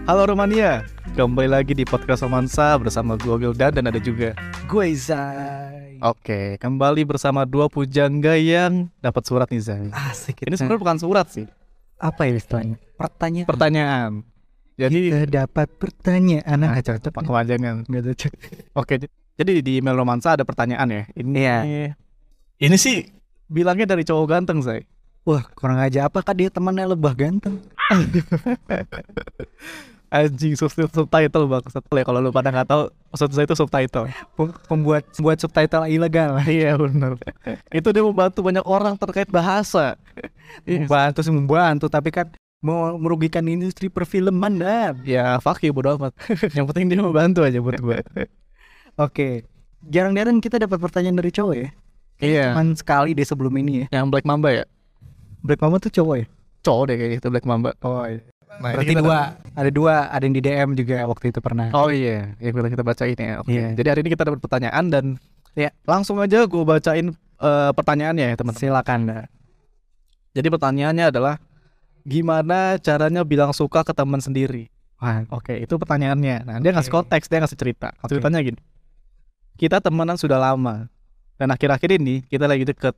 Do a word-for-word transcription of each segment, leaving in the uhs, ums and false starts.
Halo Romania, kembali lagi di podcast Romansa bersama gue Wildan dan ada juga gue Zai. Oke, kembali bersama dua pujangga yang dapat surat nih Zai. Asik. Ini sebenarnya bukan surat sih. Apa ya istilahnya? Pertanyaan. Pertanyaan. Jadi kita dapat pertanyaan. ah, cocok pak kepanjangan. Gak cocok. Oke, jadi di email Romansa ada pertanyaan ya. Ini Iya. Ini sih bilangnya dari cowok ganteng Zai. Wah, kurang aja apa kan dia temannya lebah ganteng. Anjing, sub- subtitle bangsat ya, kalau lu pada nggak tahu maksud saya itu subtitle. Pem- Pembuat pembuat subtitle ilegal. Iya benar. Itu dia membantu banyak orang terkait bahasa. Membantu sih membantu, tapi kan mau merugikan industri perfilman dan. Ya fuck you, bodo amat. Yang penting dia membantu aja buat gue. Oke. Jarang-jarang kita dapat pertanyaan dari cowok ya. Iya. Cuman sekali deh sebelum ini ya. Yang Black Mamba ya? Black Mama tuh cowok ya? Cowok deh kayak gitu Black Mamba. Oh iya. Nah, ini Berarti kita dua, ada dua, ada yang di D M juga waktu itu pernah. Oh iya, yang kita kita bacain ya. Oke. Iya. Jadi hari ini kita dapat pertanyaan dan ya langsung aja gue bacain uh, pertanyaannya ya teman-teman. Silakan dah. Jadi pertanyaannya adalah gimana caranya bilang suka ke teman sendiri? Wah, Oke, itu pertanyaannya. Nah, dia ngasih Oke. konteks, dia ngasih cerita. Oke. Ceritanya gini. Kita temenan sudah lama dan akhir-akhir ini kita lagi deket.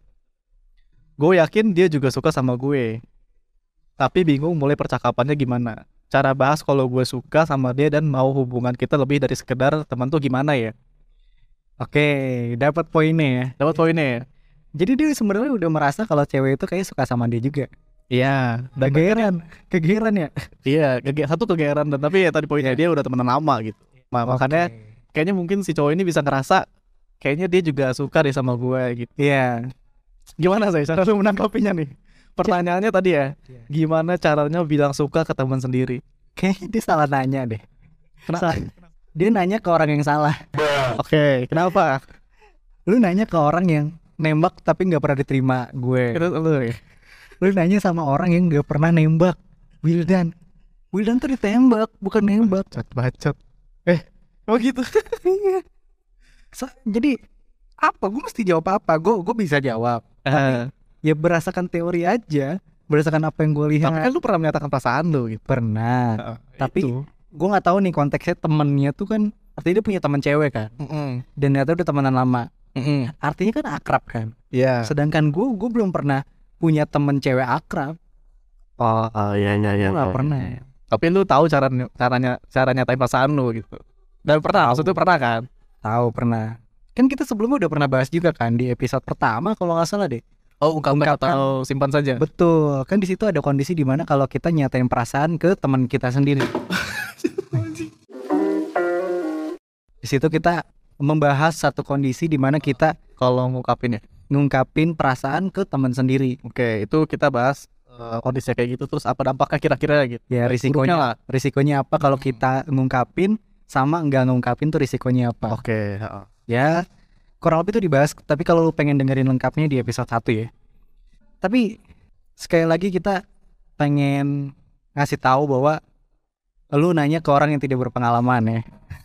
Gue yakin dia juga suka sama gue. Tapi bingung mulai percakapannya gimana. Cara bahas kalau gue suka sama dia dan mau hubungan kita lebih dari sekedar teman tuh gimana ya? Oke, dapat poinnya ya. Dapat poinnya ya? Jadi dia sebenarnya udah merasa kalau cewek itu kayak suka sama dia juga. Iya. Dan Kegeeran, kegeeran ya. iya, kege- satu kegeeran dan tapi ya tadi poinnya dia udah temenan lama gitu. Ma- Makanya kayaknya mungkin si cowok ini bisa ngerasa kayaknya dia juga suka deh sama gue gitu. Iya. Gimana sih cara lu menanggapinya nih? Pertanyaannya tadi ya, Iya. gimana caranya bilang suka ke teman sendiri? Kayaknya dia salah nanya deh. Kenapa? Sa- Dia nanya ke orang yang salah. Oke, kenapa? Lu nanya ke orang yang nembak tapi nggak pernah diterima gue. Itu lu ya. Lu nanya sama orang yang nggak pernah nembak. Wildan. Wildan tuh ditembak, bukan nembak. Bacot, bacot. Eh, oh gitu. Iya. So- jadi apa? Gue mesti jawab apa? Gue gue bisa jawab. Eh, Ya berdasarkan teori aja, berdasarkan apa yang gue lihat. tapi kan lu pernah menyatakan perasaan lu gitu. Pernah. Heeh, Tapi itu. gue nggak tahu nih konteksnya temennya tuh kan, artinya dia punya teman cewek kan, Mm-mm. dan ternyata udah temenan lama. Mm-mm. Artinya kan akrab kan. Iya. Sedangkan gue gue belum pernah punya temen cewek akrab. Oh, oh iya iya iya. Gue nggak pernah. Tapi lu tahu cara caranya cara nyatain perasaan lu gitu. Dan pernah, maksudnya pernah kan? Tahu pernah. Kan kita sebelumnya udah pernah bahas juga kan di episode pertama kalau nggak salah deh. Oh, ungkapkan Ungkapkan. atau simpan saja. Betul. Kan di situ ada kondisi di mana kalau kita nyatain perasaan ke teman kita sendiri. Di situ kita membahas satu kondisi di mana kita Kalau ngungkapin ya. ngungkapin perasaan ke teman sendiri. Oke, itu kita bahas eh, kondisi kayak gitu terus apa dampaknya kira-kira gitu. Ya Buruknya risikonya lah. risikonya apa kalau kita ngungkapin sama enggak ngungkapin tuh risikonya apa. Oke, heeh. Ya kurang lebih itu dibahas. Tapi kalau lu pengen dengerin lengkapnya di episode satu ya. Tapi sekali lagi kita pengen ngasih tahu bahwa lu nanya ke orang yang tidak berpengalaman ya.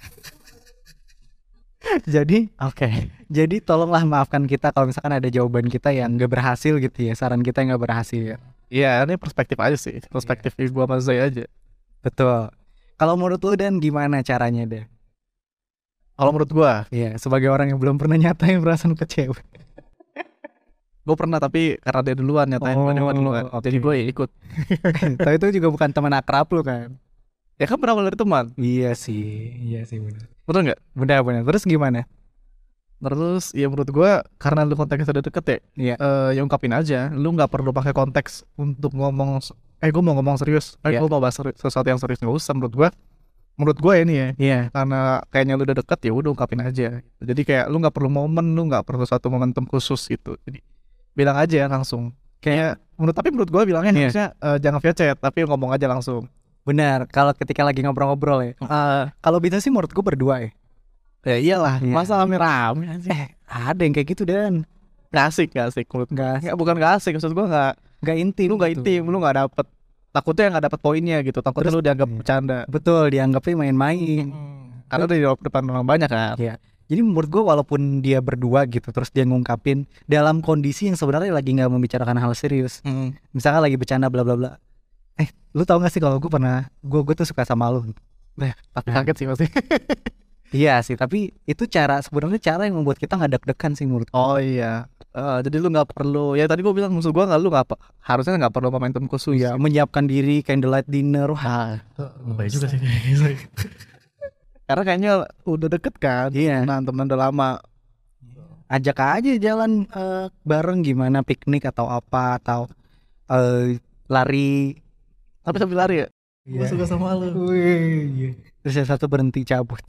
Jadi Oke. jadi tolonglah maafkan kita kalau misalkan ada jawaban kita yang gak berhasil gitu ya, saran kita yang gak berhasil ya. Iya, ini perspektif aja sih. Perspektif gua sama Zai aja. Betul. Kalau menurut lu Dan gimana caranya deh? Kalau menurut gua, Iya, sebagai orang yang belum pernah nyatain perasaan ke cewek. gua pernah tapi karena dia duluan nyatain Oh, gua duluan. oke. Jadi gua ya ikut. Tapi itu juga bukan teman akrab lu kan? Ya kan berawal dari teman. Iya sih, iya sih benar. Betul nggak? Benar-benar. Terus gimana? Terus ya menurut gua karena lu konteksnya udah deket ya, Iya. eh ya ungkapin aja. Lu nggak perlu pakai konteks untuk ngomong. Eh gua mau ngomong serius. Eh Iya. gua mau bahas seri- sesuatu yang serius nggak usah menurut gua. Menurut gua ya ini ya. Iya. Karena kayaknya lu udah deket ya udah ungkapin aja. Jadi kayak lu nggak perlu momen, lu nggak perlu suatu momentum khusus gitu. Jadi bilang aja langsung. Kayak menurut tapi menurut gua bilangnya Iya. harusnya eh, jangan via chat tapi ngomong aja langsung. Benar. Kalau ketika lagi ngobrol-ngobrol ya. Ah, Kalau bisa sih menurut gua berdua ya. ya iyalah. Iya. Masa rame-rame anjing. Eh, ada yang kayak gitu Dan. Nggak asik, nggak asik menurut gua. Nggak Nggak, bukan nggak asik, maksud gua nggak. Gak intim. Lu nggak gitu. intim, lu nggak dapet. Takutnya nggak dapet poinnya gitu. Takutnya Terus- lu dianggap iya. bercanda. Betul, dianggapnya main-main. Karena udah di depan orang banyak kan. Iya. Jadi menurut gue walaupun dia berdua gitu, terus dia ngungkapin dalam kondisi yang sebenarnya lagi nggak membicarakan hal serius, Mm. misalkan lagi bercanda bla bla bla, Lu tau gak sih kalau gue pernah gue gue tuh suka sama lu. Eh, tapi Nah. kaget sih pasti. Iya sih, tapi itu cara sebenarnya cara yang membuat kita nggak deg-degan sih menurut. Oh iya. Eh, jadi lu nggak perlu, ya tadi gue bilang musuh gue nggak, lu nggak apa, harusnya nggak perlu momentum khusus. Ya, menyiapkan diri candlelight dinner. Wah, Nah, baik juga sih. Karena kayaknya udah deket kan. Iya. Nah, teman udah lama. ajak aja jalan eh, bareng gimana, piknik atau apa, atau eh, lari. Tapi sambil lari ya. Iya. Gue suka sama lu. Wih, iya. Terus yang satu berhenti cabut.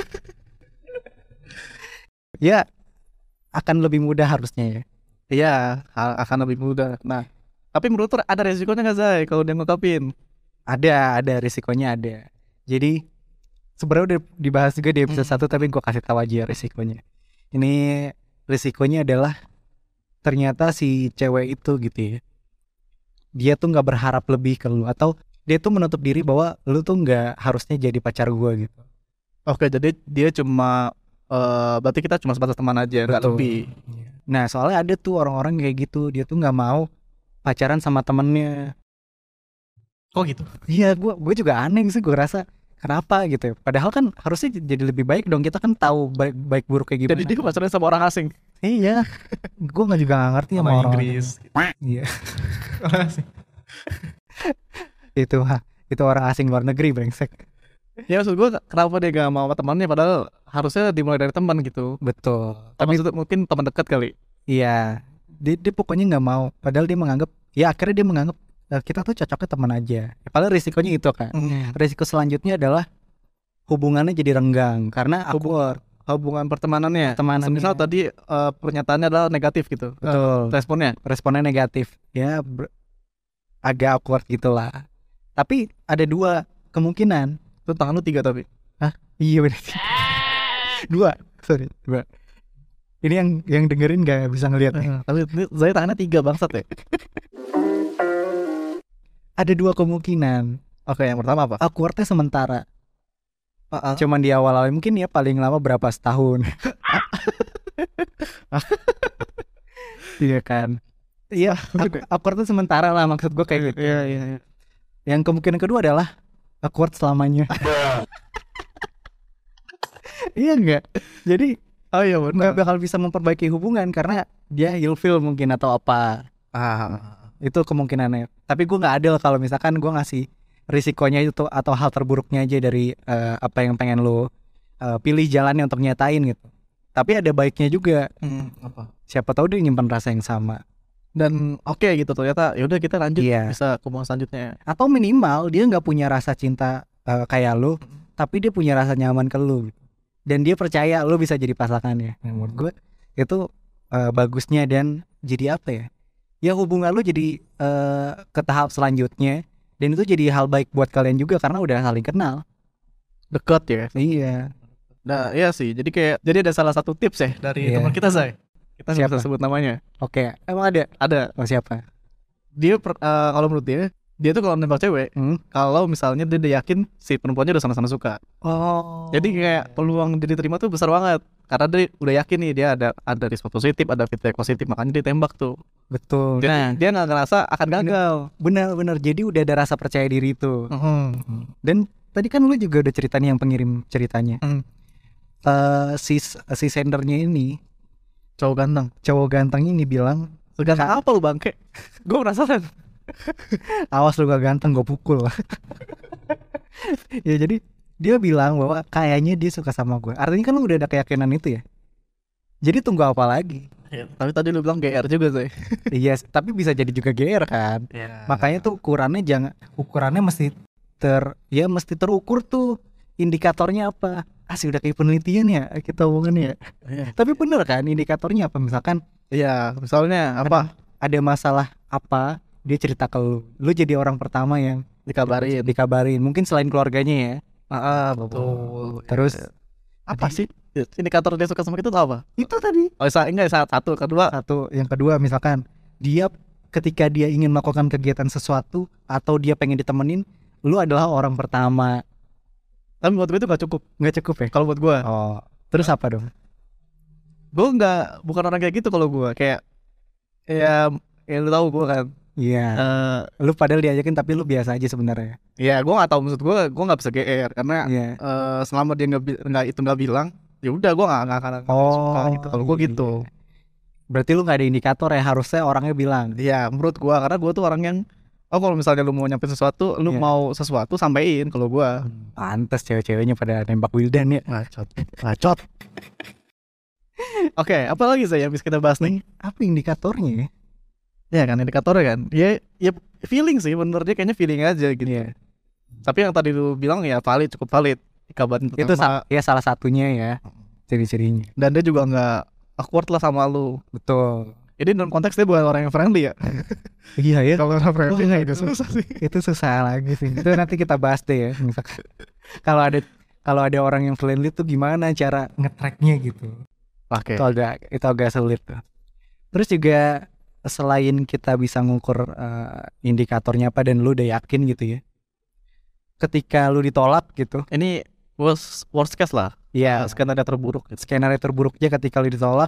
Ya, akan lebih mudah harusnya ya. Iya, ha- akan lebih mudah. Nah, tapi menurut lu ada resikonya nggak Zai kalau dia ngungkapin? Ada, ada risikonya ada. Jadi sebenarnya udah dibahas juga di episode Hmm. satu, tapi gue kasih tahu aja risikonya. Ini risikonya adalah ternyata si cewek itu gitu ya, dia tuh nggak berharap lebih ke lu, atau dia tuh menutup diri bahwa lu tuh nggak harusnya jadi pacar gue gitu. Oke, jadi dia cuma eh berarti kita cuma sebatas teman aja, nggak Betul. lebih. Nah soalnya ada tuh orang-orang kayak gitu, dia tuh nggak mau pacaran sama temennya. Kok gitu? Iya, gue gue juga aneh sih, gue rasa kenapa gitu ya. Padahal kan harusnya j- jadi lebih baik dong, kita kan tahu baik baik buruk kayak gimana. Jadi dia pacaran sama orang asing. Iya, gue nggak juga nggak ngerti sama orang Iya, Orang asing. itu ha, itu orang asing luar negeri brengsek. Ya maksud gue kenapa dia gak mau sama temannya, padahal harusnya dimulai dari teman gitu. Betul. Tapi maksudnya mungkin teman dekat kali. Iya, dia, dia pokoknya nggak mau. Padahal dia menganggap, ya akhirnya dia menganggap eh, kita tuh cocoknya teman aja. Ya, padahal risikonya itu kan. Risiko selanjutnya adalah hubungannya jadi renggang karena awkward. Hubungan pertemanannya. Pertemanannya. Misal tadi eh, pernyataannya adalah negatif gitu. Betul. Responnya. Responnya negatif. Ya ber- agak awkward gitulah. Tapi ada dua kemungkinan. Itu tangan lu tiga tapi. Iya benar. Dua, sorry, dua. Ini yang yang dengerin nggak bisa ngelihat nih. Eh, tapi ini Zai tangannya tiga bangsat ya. Ada dua kemungkinan. Oke, yang pertama apa? Awkwardnya sementara. Uh, Cuman di awal-awal mungkin ya paling lama berapa setahun. Iya kan. Iya, ak- awkward tuh sementara lah, maksud gue kayak gitu. Iya iya iya. Yang kemungkinan kedua adalah awkward selamanya. Iya enggak? Jadi Oh iya nggak benar. bakal bisa memperbaiki hubungan karena dia ilfeel mungkin atau apa. Ah, Itu kemungkinannya. Tapi gue nggak adil kalau misalkan gue ngasih risikonya itu atau hal terburuknya aja dari eh, apa yang pengen lo eh, pilih jalannya untuk nyatain gitu. Tapi ada baiknya juga. hmm, apa? Siapa tahu dia nyimpan rasa yang sama. Dan oke gitu ternyata. Ya udah kita lanjut. Iya. Bisa ke hubungan selanjutnya. Atau minimal dia nggak punya rasa cinta eh, kayak lo, tapi dia punya rasa nyaman ke lo. Gitu. Dan dia percaya lo bisa jadi pasangannya. Nah, menurut gue itu eh, bagusnya, dan jadi apa ya? Ya hubungan lo jadi eh, ke tahap selanjutnya. Dan itu jadi hal baik buat kalian juga karena udah saling kenal. Dekat ya. Iya. Nah iya sih. Jadi kayak jadi ada salah satu tips ya dari Iya. teman kita Zai. Kita nggak Siapa? bisa sebut namanya. Oke. Emang ada? Ada. Oh siapa? Dia per- eh, kalau menurut dia, dia tuh kalau nembak cewek, Hmm? kalau misalnya dia udah yakin si perempuannya udah sama-sama suka. Oh. Jadi kayak peluang dia diterima tuh besar banget. Karena dia udah yakin nih dia ada ada respon positif, ada feedback positif, makanya dia tembak tuh. betul. Jadi Nah, dia nggak ngerasa akan gagal. benar-benar. Jadi udah ada rasa percaya diri itu. Mhm. Dan tadi kan lu juga udah cerita nih yang pengirim ceritanya. Hmm. Eh si si sendernya ini, Cowok ganteng. cowok ganteng ini bilang, Seganteng apa lu bangke? Gue penasaran. awas lu gak ganteng gue pukul. Ya jadi dia bilang bahwa kayaknya dia suka sama gue. Artinya kan lu udah ada keyakinan itu ya. Jadi tunggu apa lagi? Tapi tadi lu bilang G R juga sih. Iya, tapi bisa jadi juga G R kan. Iya. Makanya tuh ukurannya jangan ukurannya mesti ter ya mesti terukur tuh, indikatornya apa. Ah sih udah kayak penelitian ya kita omongin ya. Iya. Tapi bener kan indikatornya apa, misalkan Iya, misalnya apa? ada masalah apa, dia cerita ke lu. Lu jadi orang pertama yang Dikabarin. dikabarin. Mungkin selain keluarganya ya. Ah, betul. Terus Apa sih indikator dia suka sama kita tuh apa? itu tadi Oh, sa- enggak saat satu, kedua. satu, yang kedua misalkan dia ketika dia ingin melakukan kegiatan sesuatu atau dia pengen ditemenin, lu adalah orang pertama. Tapi buat gue itu gak cukup. Nggak cukup ya? Kalau buat gue, Oh, terus apa dong? gue nggak bukan orang kayak gitu. Kalau gue kayak ya, ya lu tahu gue kan Iya. Eh, Lu padahal diajakin tapi lu biasa aja sebenarnya. ya gue nggak tahu, maksud gue gue nggak bisa G R karena Iya. eh, selama dia nggak bi- nggak itu nggak bilang, ya udah gue nggak nggak akan nggak akan suka gitu. Kalau gue iya. gitu. Berarti lu nggak ada indikator ya, harusnya orangnya bilang. Ya menurut gue, karena gue tuh orang yang, oh kalau misalnya lu mau nyampein sesuatu, lu Iya. mau sesuatu sampein. Kalau gue Pantes cewek-ceweknya pada nembak Wildan ya. bacot, bacot. Oke, apa lagi sih yang bisa kita bahas nih? Apa indikatornya ya? Ya kan indikatornya kan, ya ya feeling sih, bener dia kayaknya feeling aja gitu. Iya. Tapi yang tadi lu bilang ya valid, cukup valid. Dikabarin Itu pertama, sa- ya salah satunya ya ciri-cirinya. dan dia juga nggak awkward lah sama lu. Betul. Ini dalam konteks dia bukan orang yang friendly ya. Iya ya. Kalau orang friendly Wah, agak itu- susah sih. Itu susah lagi sih. Itu nanti kita bahas deh ya. Misalkan kalau ada kalau ada orang yang friendly tuh gimana cara nge-tracknya gitu. Oke. Itu agak itu agak sulit tuh. Terus juga selain kita bisa ngukur eh, indikatornya apa dan lu udah yakin gitu ya. Ketika lu ditolak gitu. Ini worst worst case lah. Iya. Uh, skenario terburuk gitu. Skenario terburuknya ketika lu ditolak,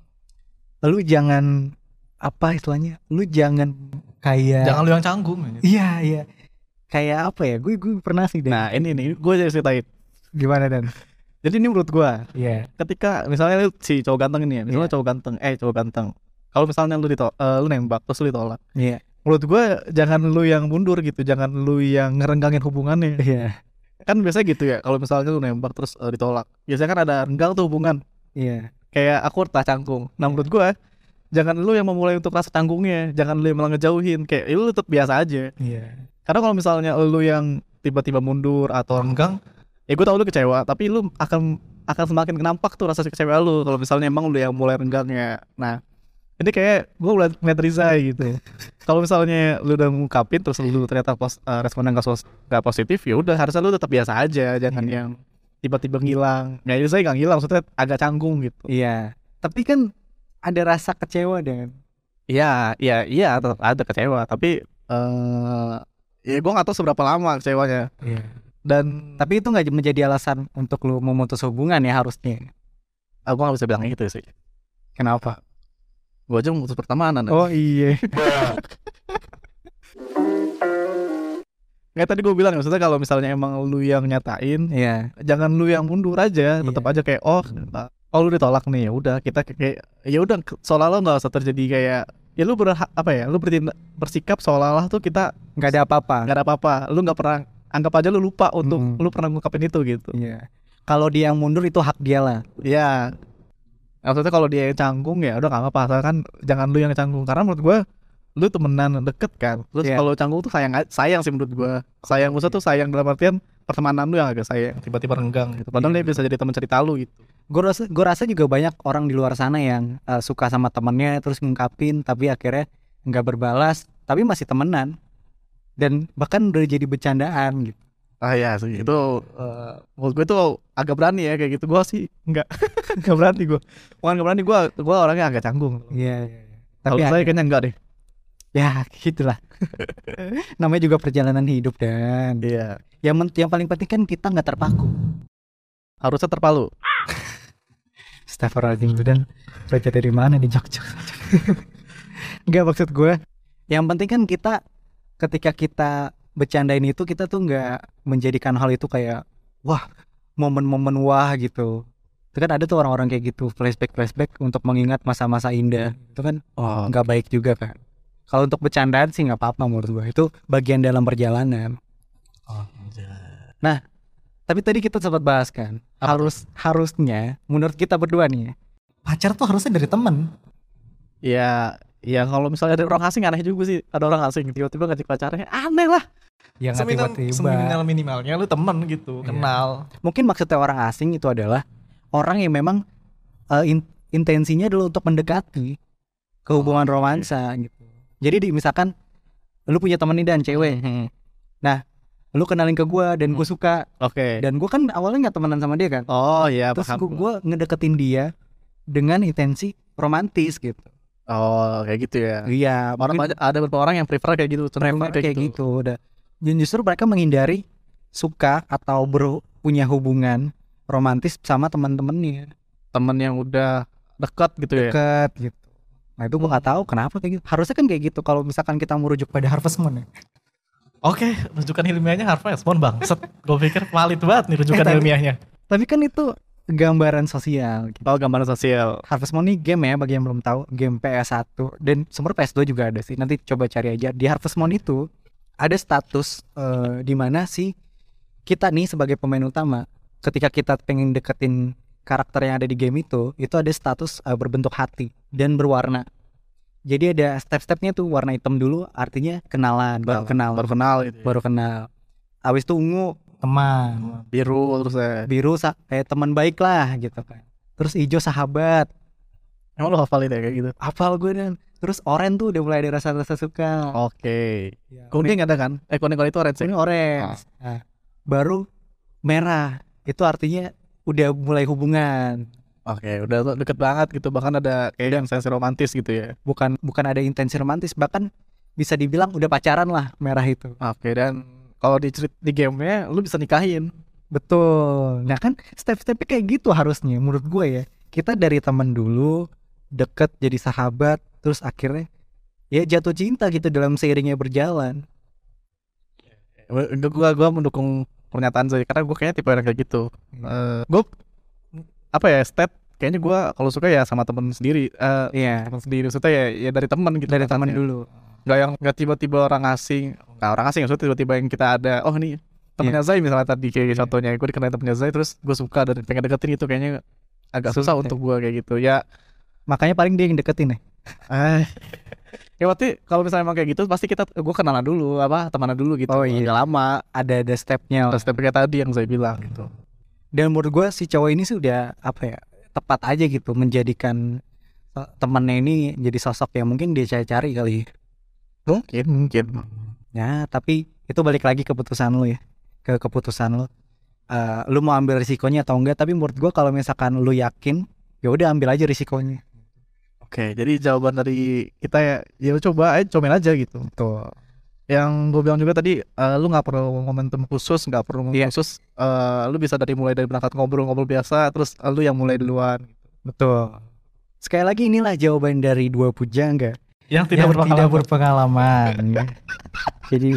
lu jangan apa istilahnya? Lu jangan kayak Jangan lu yang canggung. Iya, iya. Kayak apa ya? Gue gue pernah sih. Dan Nah ini nih gue jadi ceritain. gimana Dan? Jadi ini menurut gue, Iya. ketika misalnya lu si cowok ganteng ini ya, misalnya Iya. cowok ganteng, eh cowok ganteng. Kalau misalnya lu ditolak, lu nembak terus lu ditolak. Iya. Menurut gue jangan lu yang mundur gitu, jangan lu yang ngerenggangin hubungannya. Iya. Kan biasanya gitu ya, kalau misalnya lu nembak terus uh, ditolak, biasanya kan ada renggang tuh hubungan, Iya. kayak awkward lah, canggung. Nah menurut gue jangan lu yang memulai untuk rasa canggungnya, jangan lu yang malah ngejauhin, kayak ya lu tetap biasa aja. Iya. Karena kalau misalnya lu yang tiba-tiba mundur atau renggang, ya gue tau lu kecewa, tapi lu akan akan semakin nampak tuh rasa kecewa lu kalau misalnya emang lu yang mulai renggangnya. Nah ini kayak gue ngeliat ngeliat Riza gitu. Kalau misalnya lu udah ngungkapin terus lu ternyata pos, uh, responnya nggak sos- nggak positif, ya udah harusnya lu tetap biasa aja, jangan Iya. yang tiba-tiba ngilang. Ya Riza nggak ngilang, maksudnya agak canggung gitu. Iya. Tapi kan ada rasa kecewa Dan. Iya, iya, iya, tetap ada kecewa, tapi eh ya gue nggak tahu seberapa lama kecewanya. Iya. Dan Tapi itu nggak menjadi alasan untuk lu memutus hubungan ya harusnya. aku nggak bisa bilang gitu sih. Kenapa? Gue aja memutus pertemanan. Oh iya. Kayak tadi gue bilang, maksudnya kalau misalnya emang lu yang nyatain, Iya. jangan lu yang mundur aja, Iya. tetap aja kayak oh, oh lu ditolak nih, ya udah kita kayak ya udah seolah-olah nggak usah terjadi kayak ya lu berhak apa ya, lu bertindak bersikap seolah-olah tuh kita Nggak ada apa-apa. nggak ada apa-apa, lu nggak pernah, anggap aja lu lupa untuk Mm-mm. lu pernah ngungkapin itu gitu. Iya. Kalau dia yang mundur itu hak dia lah. Ya maksudnya kalau dia yang canggung ya udah nggak apa-apa, asalkan jangan lu yang canggung, karena menurut gue lu temenan deket kan, terus Iya. kalau canggung tuh sayang sayang sih menurut gue, sayang maksudnya tuh sayang dalam artian pertemanan lu yang agak sayang, tiba-tiba renggang gitu, padahal Iya. dia bisa jadi teman cerita lu gitu. Gue rasa gue rasa juga banyak orang di luar sana yang eh, suka sama temennya terus ngungkapin tapi akhirnya nggak berbalas tapi masih temenan dan bahkan udah jadi bercandaan gitu. Ah ya sih itu uh, menurut gue tuh agak berani ya kayak gitu, gue sih nggak nggak berani gue, bukan nggak berani, gue gue orangnya agak canggung. Iya. iya, iya. Kalau Tapi saya ada- kayaknya enggak deh. ya gitulah. Namanya juga perjalanan hidup Dan. Iya. Yang men- yang paling penting kan kita nggak terpaku. Harusnya terpalu. Astagfirullahaladzim Dan belajar dari mana nih jok-jok. Enggak, maksud gue yang penting kan kita ketika kita bercandain itu kita tuh nggak menjadikan hal itu kayak wah momen-momen wah gitu. Itu kan ada tuh orang-orang kayak gitu flashback flashback untuk mengingat masa-masa indah. Itu kan Oh, nggak baik juga kan. Kalau untuk bercandaan sih nggak apa-apa menurut gue, itu bagian dalam perjalanan. Tapi tadi kita sempat bahas kan, Apa harus harusnya menurut kita berdua nih, pacar tuh harusnya dari temen. ya, ya kalau misalnya ada orang asing aneh juga sih, ada orang asing tiba-tiba ngajak pacarnya, aneh lah. Ya nggak tiba-tiba. Seminimal minimalnya lu temen gitu, Iya. kenal. Mungkin maksudnya orang asing itu adalah orang yang memang eh, in- intensinya adalah untuk mendekati ke hubungan romansa gitu. Jadi di, misalkan lu punya temen nih Dan cewek, Hmm. lu kenalin ke gua dan gue suka, Oke. dan gue kan awalnya nggak temenan sama dia kan. Oh iya, Terus paham. gue ngedeketin dia dengan intensi romantis gitu. Oh kayak gitu ya. Iya, Orang mungkin banyak, ada beberapa orang yang prefer kayak gitu, cenderung prefer kayak gitu. Udah. Dan justru mereka menghindari suka atau ber, punya hubungan romantis sama teman-temannya Temen yang udah dekat gitu ya. dekat gitu. Nah itu gue nggak tahu kenapa kayak gitu. Harusnya kan kayak gitu kalau misalkan kita merujuk pada Harvest Moon ya. Oke, rujukan ilmiahnya Harvest Moon bang. Set, gue pikir valid banget nih rujukan Eh, tapi- ilmiahnya. Tapi kan itu gambaran sosial gitu. Oh, gambaran sosial. Harvest Moon ini game ya bagi yang belum tahu, game P S satu dan sumber P S dua juga ada sih. Nanti coba cari aja. Di Harvest Moon itu ada status eh, di mana sih kita nih sebagai pemain utama ketika kita pengen deketin karakter yang ada di game itu, itu ada status eh, berbentuk hati dan berwarna. Jadi ada step-stepnya tuh, warna hitam dulu artinya kenalan, baru kenal, Baru kenal gitu. ya. baru kenal. Abis itu ungu teman, Biru terus ya. biru sa- kayak teman baik lah gitu kan. Terus hijau sahabat. Emang lo hafalin ya kayak gitu? Hafal gue dan terus oranye tuh udah mulai ada rasa-rasa suka. Oke. Ya, Kuning ada kan? Eh kuning kalau itu orange. ini ya? orange. Nah, baru merah. Itu artinya udah mulai hubungan. Oke, udah tuh deket banget gitu. Bahkan ada kayak yang sensi romantis gitu ya. Bukan bukan ada intensi romantis, bahkan bisa dibilang udah pacaran lah merah itu. Oke, dan kalau di cerit di gamenya lu bisa nikahin. Betul. Nah kan step-stepnya kayak gitu harusnya menurut gue ya. Kita dari teman dulu deket jadi sahabat, terus akhirnya ya jatuh cinta gitu dalam seiringnya berjalan. Gue gua gua mendukung pernyataan saya karena gue kayaknya tipe orang kayak gitu. Eh gue apa ya step kayaknya gue kalau suka ya sama temen sendiri. Eh Iya, temen sendiri maksudnya ya ya dari teman gitu. dari teman katanya. dulu. Nggak yang nggak tiba-tiba orang asing. Nggak orang asing maksudnya tiba-tiba yang kita ada. Oh nih temennya Zai misalnya tadi kayak Iya. contohnya gue dikenal temennya Zai terus gue suka dan pengen deketin gitu kayaknya agak susah Sulit ya. untuk gue kayak gitu ya. Makanya paling dia yang deketin ya. Eh, ya berarti kalau misalnya emang kayak gitu pasti kita gue kenalan dulu apa temenan dulu gitu. Oh, iya. Nggak lama. Ada ada stepnya. Terus step kayak tadi yang saya bilang gitu. Dan menurut gue si cowok ini sih udah apa ya, tepat aja gitu menjadikan eh, temennya ini jadi sosok yang mungkin dia cari-cari kali. Mungkin mungkin. Ya tapi itu balik lagi keputusan lu ya, ke keputusan lu. Eh, lu mau ambil risikonya atau enggak? Tapi menurut gue kalau misalkan lu yakin, ya udah ambil aja risikonya. Oke, jadi jawaban dari kita ya, ya lu coba aja, cobain aja gitu. Tuh. Yang gue bilang juga tadi, eh, lu nggak perlu momentum khusus, nggak perlu momentum Iya. khusus. Eh, lu bisa dari mulai dari berangkat ngobrol-ngobrol biasa, terus eh, lu yang mulai duluan. Betul. Sekali lagi inilah jawaban dari dua pujangga Yang yang tidak berpengalaman. ya. Jadi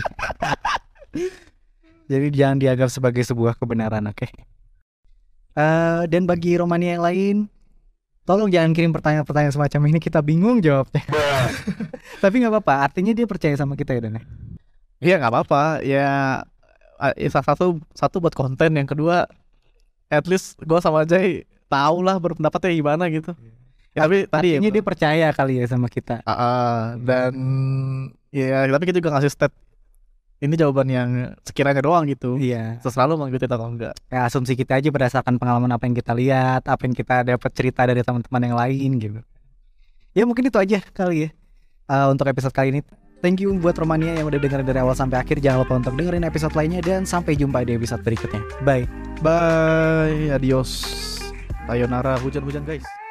jadi jangan dianggap sebagai sebuah kebenaran, oke? Eh, dan bagi Romania yang lain, tolong jangan kirim pertanyaan-pertanyaan semacam ini, kita bingung jawabnya. Tapi nggak apa-apa, artinya dia percaya sama kita ya Dan. ya? Iya nggak apa-apa. Ya, eh, ya salah satu satu buat konten, yang kedua, at least gue sama Jay tahu lah berpendapatnya gimana gitu. Ya, tapi tadi Artinya ya, dia percaya kali ya sama kita. Ah, ah, dan ya tapi kita juga ngasih step ini jawaban yang sekiranya doang gitu. Iya. Terserah lu mau ngikutin atau enggak. Ya, asumsi kita aja berdasarkan pengalaman apa yang kita lihat, apa yang kita dapat cerita dari teman-teman yang lain gitu. Ya mungkin itu aja kali ya uh, untuk episode kali ini. Thank you buat Romania yang udah dengerin dari awal sampai akhir. Jangan lupa untuk dengerin episode lainnya dan sampai jumpa di episode berikutnya. Bye. Bye, adios. Sayonara, hujan-hujan guys.